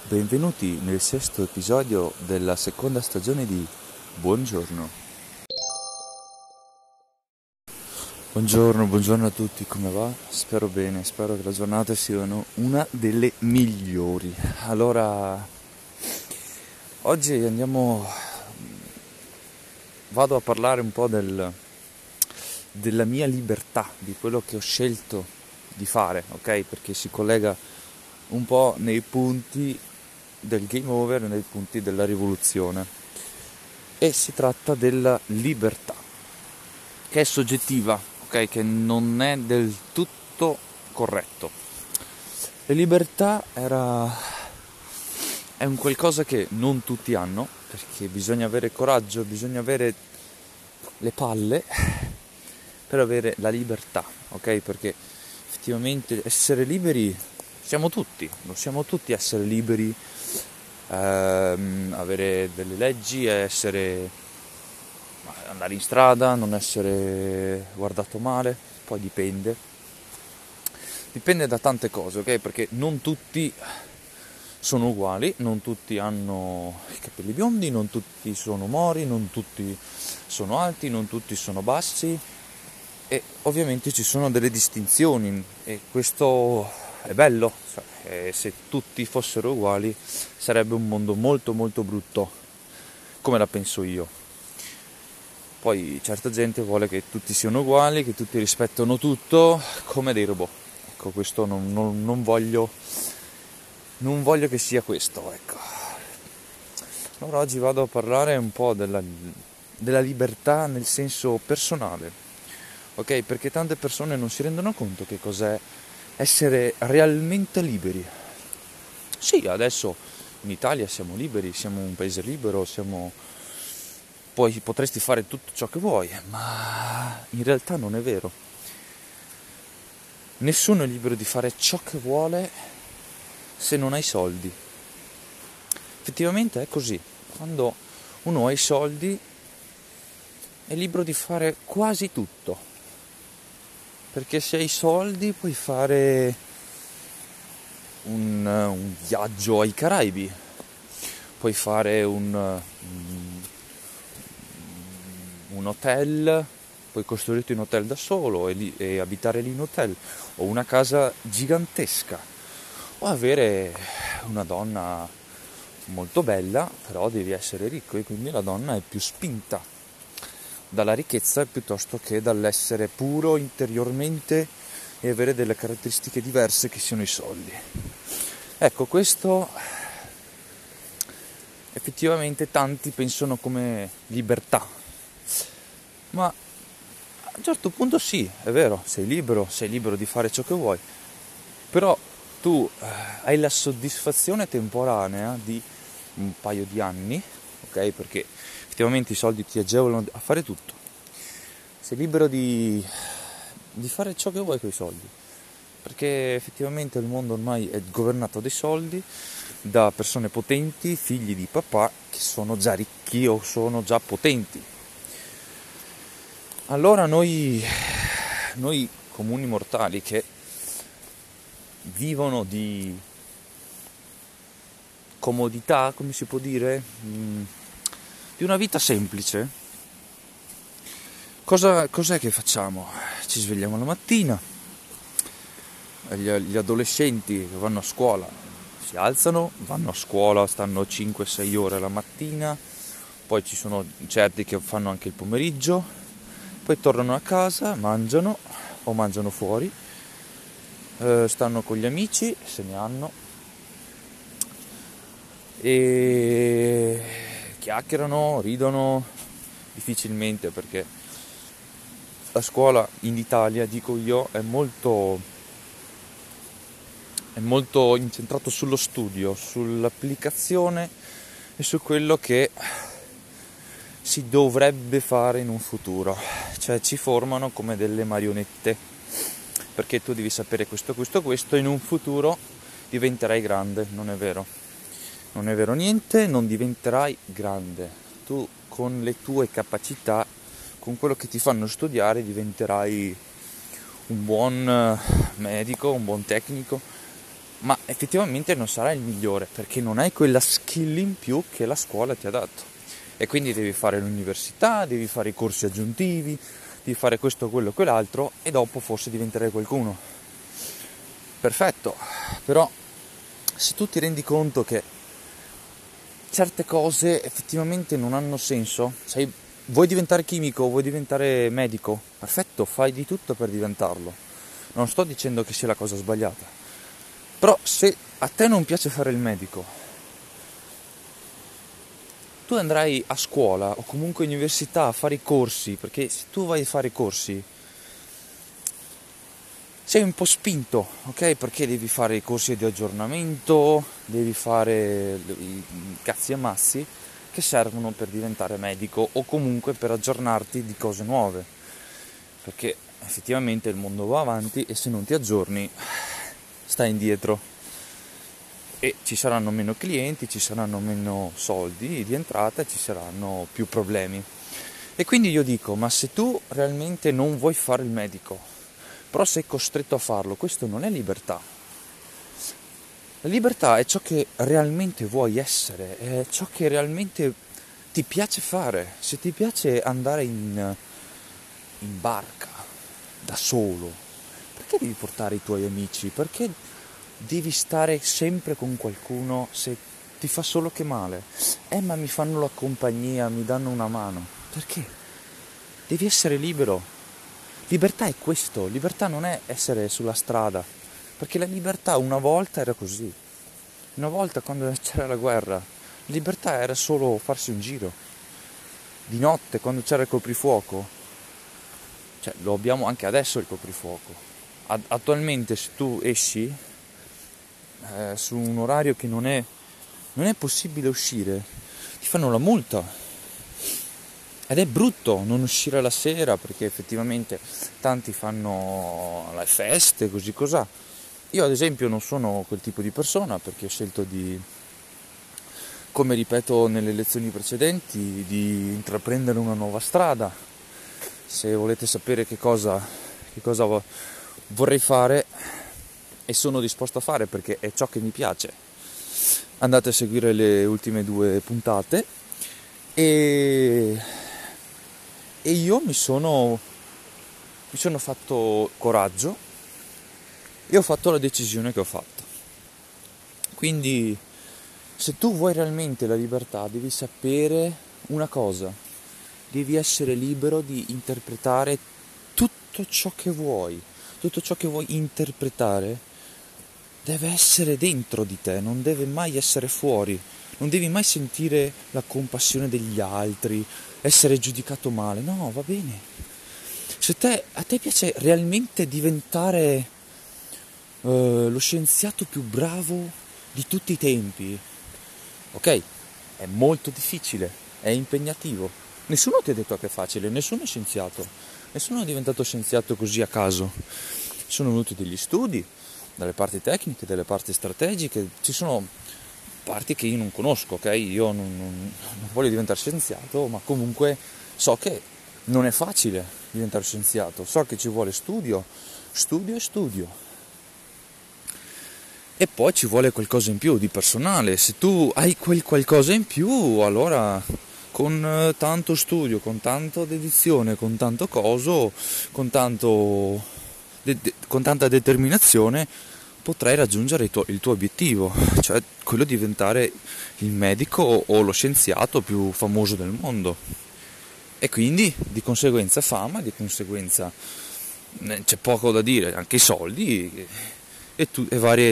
Benvenuti nel sesto episodio della seconda stagione di Buongiorno. Buongiorno a tutti, come va? Spero bene, spero che la giornata sia una delle migliori. Allora, oggi vado a parlare un po' della mia libertà, di quello che ho scelto di fare, ok? Perché si collega un po' nei punti del game over, nei punti della rivoluzione. E si tratta della libertà, che è soggettiva, ok? Che non è del tutto corretto. La libertà è un qualcosa che non tutti hanno, perché bisogna avere coraggio, bisogna avere le palle per avere la libertà, ok? Perché effettivamente essere liberi siamo tutti essere liberi, avere delle leggi, andare in strada, non essere guardato male, poi dipende da tante cose, ok? Perché non tutti sono uguali, non tutti hanno i capelli biondi, non tutti sono mori, non tutti sono alti, non tutti sono bassi, e ovviamente ci sono delle distinzioni, e questo è bello. Se tutti fossero uguali sarebbe un mondo molto molto brutto, come la penso io. Poi certa gente vuole che tutti siano uguali, che tutti rispettano tutto come dei robot. Ecco, questo non voglio che sia questo, ecco. Allora oggi vado a parlare un po' della libertà nel senso personale, ok? Perché tante persone non si rendono conto che cos'è essere realmente liberi. Sì, adesso in Italia siamo liberi, siamo un paese libero, poi potresti fare tutto ciò che vuoi, ma in realtà non è vero. Nessuno è libero di fare ciò che vuole se non hai soldi. Effettivamente è così. Quando uno ha i soldi è libero di fare quasi tutto, perché se hai soldi puoi fare un viaggio ai Caraibi, puoi fare un hotel, puoi costruirti un hotel da solo e abitare lì in hotel, o una casa gigantesca, o avere una donna molto bella, però devi essere ricco, e quindi la donna è più spinta dalla ricchezza piuttosto che dall'essere puro interiormente e avere delle caratteristiche diverse che siano i soldi. Ecco, questo effettivamente tanti pensano come libertà, ma a un certo punto sì, è vero, sei libero di fare ciò che vuoi, però tu hai la soddisfazione temporanea di un paio di anni, ok? Perché effettivamente i soldi ti agevolano a fare tutto. Sei libero di fare ciò che vuoi con i soldi, perché effettivamente il mondo ormai è governato dai soldi, da persone potenti, figli di papà che sono già ricchi o sono già potenti. Allora noi comuni mortali che vivono di comodità, come si può dire, di una vita semplice, cos'è che facciamo? Ci svegliamo la mattina, gli adolescenti che vanno a scuola si alzano, vanno a scuola, stanno 5-6 ore la mattina, poi ci sono certi che fanno anche il pomeriggio, poi tornano a casa, mangiano o mangiano fuori, stanno con gli amici, se ne hanno, e chiacchierano, ridono, difficilmente, perché la scuola in Italia, dico io, è molto incentrato sullo studio, sull'applicazione e su quello che si dovrebbe fare in un futuro. Cioè ci formano come delle marionette, perché tu devi sapere questo, e in un futuro diventerai grande. Non è vero niente, non diventerai grande. Tu con le tue capacità, con quello che ti fanno studiare, diventerai un buon medico, un buon tecnico, ma effettivamente non sarà il migliore perché non hai quella skill in più che la scuola ti ha dato, e quindi devi fare l'università, devi fare i corsi aggiuntivi, devi fare questo, quello, quell'altro, e dopo forse diventerai qualcuno. Perfetto, però se tu ti rendi conto che certe cose effettivamente non hanno senso, vuoi diventare chimico, vuoi diventare medico, perfetto, fai di tutto per diventarlo. Non sto dicendo che sia la cosa sbagliata, però se a te non piace fare il medico, tu andrai a scuola o comunque in università a fare i corsi, perché se tu vai a fare i corsi sei un po' spinto, ok? Perché devi fare i corsi di aggiornamento, devi fare i cazzi e massi che servono per diventare medico o comunque per aggiornarti di cose nuove, perché effettivamente il mondo va avanti e se non ti aggiorni stai indietro e ci saranno meno clienti, ci saranno meno soldi di entrata e ci saranno più problemi. E quindi io dico, ma se tu realmente non vuoi fare il medico, però sei costretto a farlo, questo non è libertà. La libertà è ciò che realmente vuoi essere, è ciò che realmente ti piace fare. Se ti piace andare in barca da solo, perché devi portare i tuoi amici? Perché devi stare sempre con qualcuno se ti fa solo che male? Ma mi fanno la compagnia, mi danno una mano. Perché? Devi essere libero. Libertà è questo, libertà non è essere sulla strada, perché la libertà una volta era così. Una volta quando c'era la guerra, libertà era solo farsi un giro. Di notte quando c'era il coprifuoco, cioè lo abbiamo anche adesso il coprifuoco. Attualmente se tu esci su un orario che non è possibile uscire, ti fanno la multa. Ed è brutto non uscire la sera perché effettivamente tanti fanno le feste, così cos'ha. Io ad esempio non sono quel tipo di persona perché ho scelto di, come ripeto nelle lezioni precedenti, di intraprendere una nuova strada. Se volete sapere che cosa vorrei fare e sono disposto a fare perché è ciò che mi piace, andate a seguire le ultime 2 puntate e io mi sono fatto coraggio e ho fatto la decisione che ho fatto. Quindi se tu vuoi realmente la libertà devi sapere una cosa: devi essere libero di interpretare tutto ciò che vuoi interpretare deve essere dentro di te, non deve mai essere fuori. Non devi mai sentire la compassione degli altri, essere giudicato male. No, va bene. Se a te piace realmente diventare lo scienziato più bravo di tutti i tempi, ok? È molto difficile, è impegnativo. Nessuno ti ha detto che è facile, nessuno è scienziato. Nessuno è diventato scienziato così a caso. Sono venuti degli studi, dalle parti tecniche, dalle parti strategiche, ci sono parti che io non conosco, ok? Io non voglio diventare scienziato, ma comunque so che non è facile diventare scienziato, so che ci vuole studio. E poi ci vuole qualcosa in più di personale. Se tu hai quel qualcosa in più, allora con tanto studio, con tanta dedizione, con tanto coso, con tanta determinazione, potrai raggiungere il tuo obiettivo, cioè quello di diventare il medico o lo scienziato più famoso del mondo. E quindi di conseguenza fama, di conseguenza c'è poco da dire, anche i soldi e varie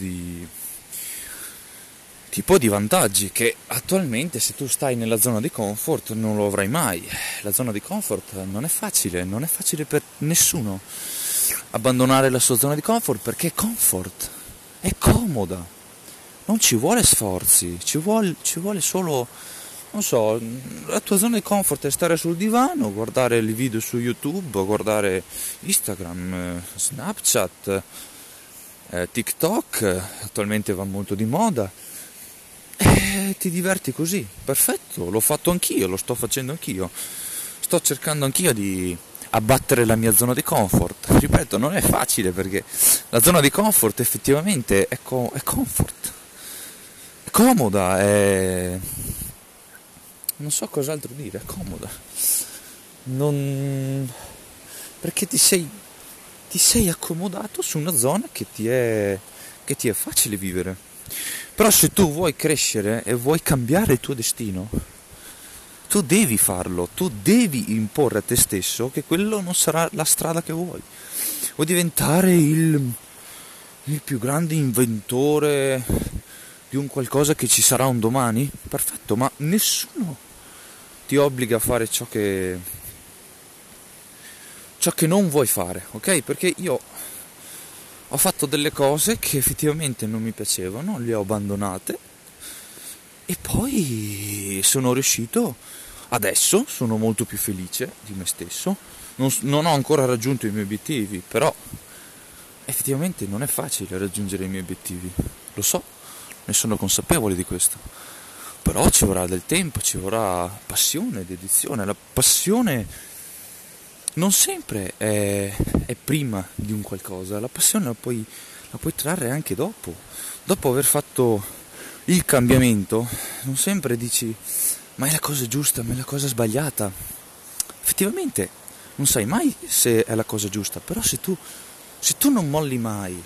tipo di vantaggi che attualmente se tu stai nella zona di comfort non lo avrai mai. La zona di comfort non è facile per nessuno abbandonare la sua zona di comfort, perché è comfort, è comoda, non ci vuole sforzi, ci vuole solo, non so, la tua zona di comfort è stare sul divano, guardare i video su YouTube, guardare Instagram, Snapchat, TikTok, attualmente va molto di moda, e ti diverti così, perfetto, l'ho fatto anch'io, lo sto facendo anch'io, sto cercando anch'io di abbattere la mia zona di comfort. Ripeto, non è facile perché la zona di comfort effettivamente è comfort, è comoda, non so cos'altro dire, è comoda. Non... perché ti sei accomodato su una zona che ti è facile vivere. Però se tu vuoi crescere e vuoi cambiare il tuo destino, tu devi farlo, tu devi imporre a te stesso che quello non sarà la strada che vuoi. Vuoi diventare il più grande inventore di un qualcosa che ci sarà un domani? Perfetto, ma nessuno ti obbliga a fare ciò che non vuoi fare, ok? Perché io ho fatto delle cose che effettivamente non mi piacevano, le ho abbandonate e poi sono riuscito, adesso sono molto più felice di me stesso, non ho ancora raggiunto i miei obiettivi, però effettivamente non è facile raggiungere i miei obiettivi, lo so, ne sono consapevole di questo, però ci vorrà del tempo, ci vorrà passione, dedizione, la passione non sempre è prima di un qualcosa, la passione la puoi trarre anche dopo aver fatto il cambiamento. Non sempre dici ma è la cosa giusta, ma è la cosa sbagliata. Effettivamente non sai mai se è la cosa giusta, però se tu non molli mai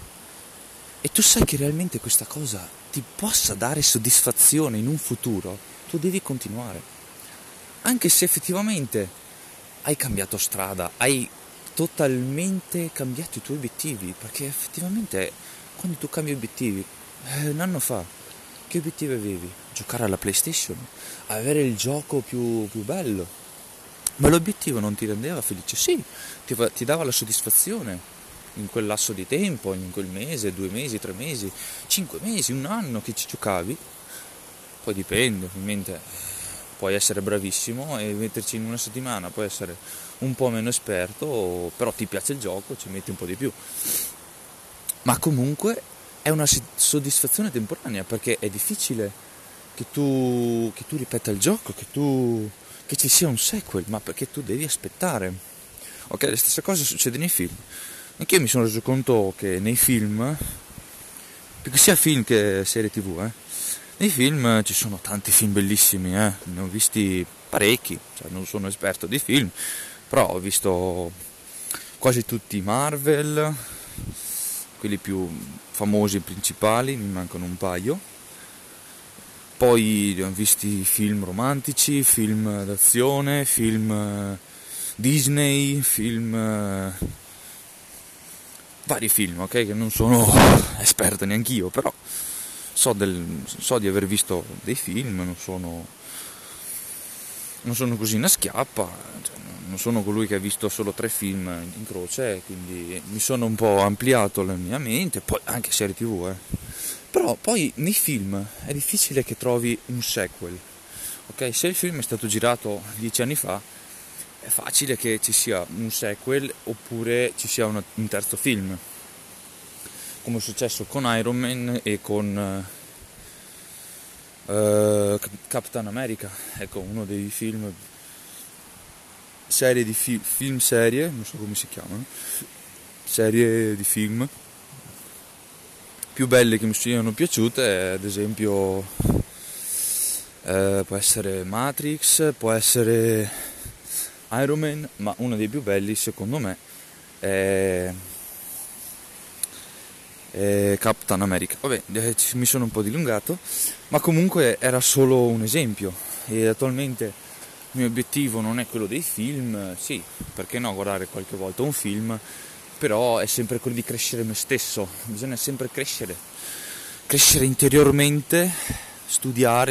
e tu sai che realmente questa cosa ti possa dare soddisfazione in un futuro, tu devi continuare, anche se effettivamente hai cambiato strada, hai totalmente cambiato i tuoi obiettivi, perché effettivamente quando tu cambi obiettivi, un anno fa, che obiettivi avevi? Giocare alla PlayStation, avere il gioco più bello, ma l'obiettivo non ti rendeva felice? Sì, ti dava la soddisfazione in quel lasso di tempo, in quel mese, 2 mesi, 3 mesi, 5 mesi, un anno che ci giocavi, poi dipende ovviamente. Puoi essere bravissimo e metterci in una settimana, puoi essere un po' meno esperto, però ti piace il gioco, ci metti un po' di più. Ma comunque è una soddisfazione temporanea, perché è difficile che tu ripeta il gioco, che ci sia un sequel, ma perché tu devi aspettare. Ok, la stessa cosa succede nei film. Anch'io mi sono reso conto che nei film, perché sia film che serie TV, nei film ci sono tanti film bellissimi, ne ho visti parecchi, cioè non sono esperto di film, però ho visto quasi tutti i Marvel, quelli più famosi e principali, mi mancano un paio. Poi ho visti film romantici, film d'azione, film Disney, vari film, ok? Che non sono esperto neanch'io, però so di aver visto dei film, non sono così una schiappa, cioè, non sono colui che ha visto solo 3 film in croce, quindi mi sono un po' ampliato la mia mente, poi anche serie TV, Però poi nei film è difficile che trovi un sequel, ok? Se il film è stato girato 10 anni fa, è facile che ci sia un sequel oppure ci sia un terzo film, come è successo con Iron Man e con Captain America, ecco, uno dei film serie di film serie, non so come si chiamano, serie di film più belle che mi siano piaciute, ad esempio può essere Matrix, può essere Iron Man, ma uno dei più belli secondo me è Captain America. Vabbè, mi sono un po' dilungato, ma comunque era solo un esempio, e attualmente il mio obiettivo non è quello dei film, sì, perché no, guardare qualche volta un film, però è sempre quello di crescere me stesso, bisogna sempre crescere interiormente, studiare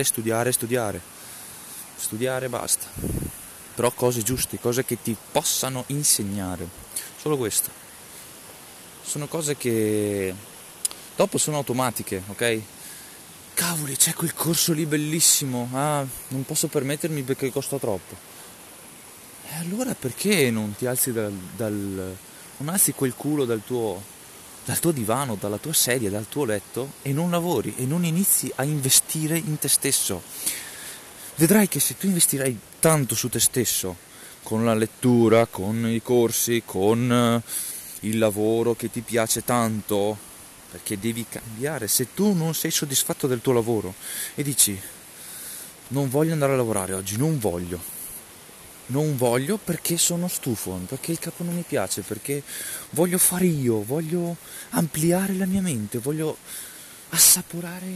e basta, però cose giuste, cose che ti possano insegnare, solo questo. Sono cose che dopo sono automatiche, ok? Cavoli, c'è quel corso lì bellissimo, non posso permettermi perché costa troppo. E allora perché non ti alzi non alzi quel culo dal tuo divano, dalla tua sedia, dal tuo letto e non lavori e non inizi a investire in te stesso? Vedrai che se tu investirai tanto su te stesso, con la lettura, con i corsi, con il lavoro che ti piace tanto, perché devi cambiare. Se tu non sei soddisfatto del tuo lavoro e dici non voglio andare a lavorare oggi, non voglio perché sono stufo, perché il capo non mi piace, perché voglio fare io, voglio ampliare la mia mente, voglio assaporare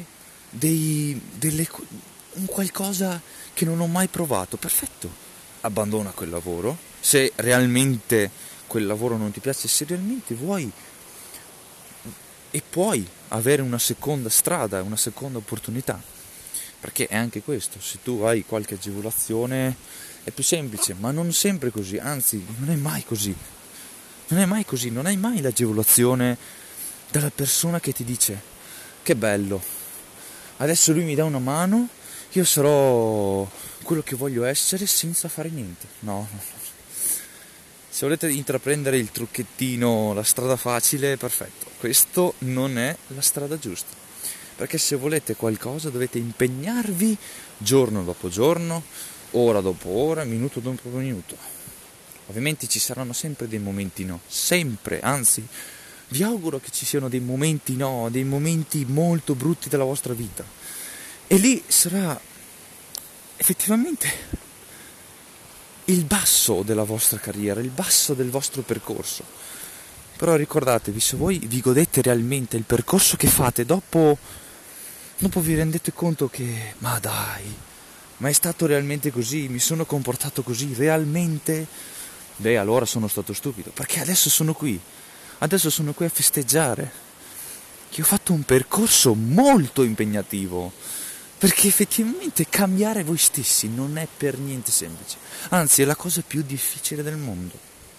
un qualcosa che non ho mai provato. Perfetto, abbandona quel lavoro. Se realmente quel lavoro non ti piace, se realmente vuoi e puoi avere una seconda strada, una seconda opportunità, perché è anche questo, se tu hai qualche agevolazione è più semplice, ma non sempre così, anzi non è mai così, non hai mai l'agevolazione dalla persona che ti dice che bello, adesso lui mi dà una mano, io sarò quello che voglio essere senza fare niente. No. Se volete intraprendere il trucchettino, la strada facile, perfetto. Questo non è la strada giusta. Perché se volete qualcosa dovete impegnarvi giorno dopo giorno, ora dopo ora, minuto dopo minuto. Ovviamente ci saranno sempre dei momenti no, sempre, anzi, vi auguro che ci siano dei momenti no, dei momenti molto brutti della vostra vita. E lì sarà effettivamente il basso della vostra carriera, il basso del vostro percorso. Però ricordatevi, se voi vi godete realmente il percorso che fate, dopo vi rendete conto che, ma dai, ma è stato realmente così, mi sono comportato così, realmente? Beh, allora sono stato stupido, perché adesso sono qui a festeggiare, che ho fatto un percorso molto impegnativo, perché effettivamente cambiare voi stessi non è per niente semplice, anzi è la cosa più difficile del mondo,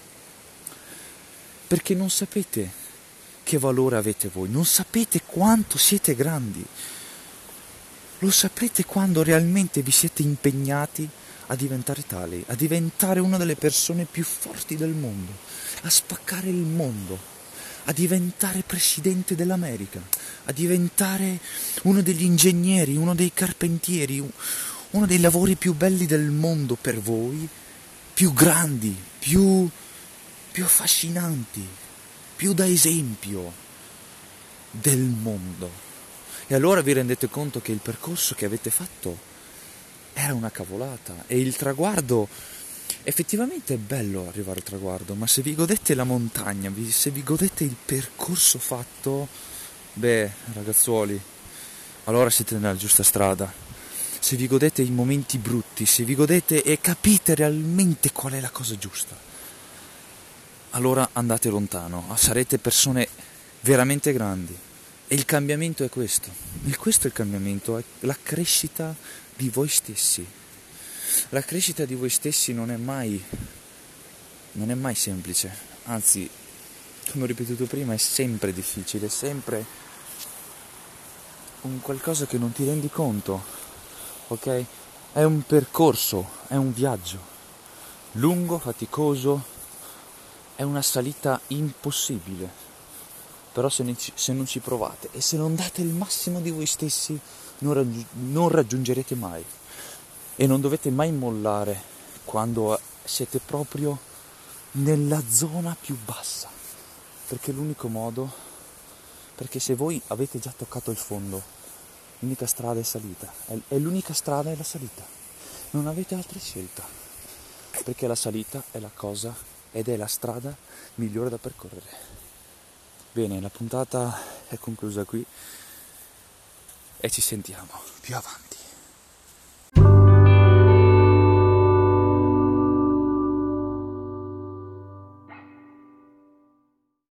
perché non sapete che valore avete voi, non sapete quanto siete grandi, lo saprete quando realmente vi siete impegnati a diventare tali, a diventare una delle persone più forti del mondo, a spaccare il mondo, a diventare presidente dell'America, a diventare uno degli ingegneri, uno dei carpentieri, uno dei lavori più belli del mondo per voi, più grandi, più affascinanti, più da esempio del mondo. E allora vi rendete conto che il percorso che avete fatto era una cavolata e il traguardo, effettivamente è bello arrivare al traguardo, ma se vi godete la montagna, se vi godete il percorso fatto, beh, ragazzuoli, allora siete nella giusta strada. Se vi godete i momenti brutti, se vi godete e capite realmente qual è la cosa giusta, allora andate lontano, sarete persone veramente grandi. E il cambiamento è questo. E questo è il cambiamento, è la crescita di voi stessi. La crescita di voi stessi non è mai semplice, anzi, come ho ripetuto prima, è sempre difficile, è sempre un qualcosa che non ti rendi conto, ok? È un percorso, è un viaggio, lungo, faticoso, è una salita impossibile. Però se non ci provate e se non date il massimo di voi stessi non raggiungerete mai, e non dovete mai mollare quando siete proprio nella zona più bassa, perché l'unico modo, perché se voi avete già toccato il fondo, l'unica strada è salita, è l'unica strada è la salita, non avete altra scelta, perché la salita è la cosa ed è la strada migliore da percorrere. Bene, la puntata è conclusa qui e ci sentiamo più avanti.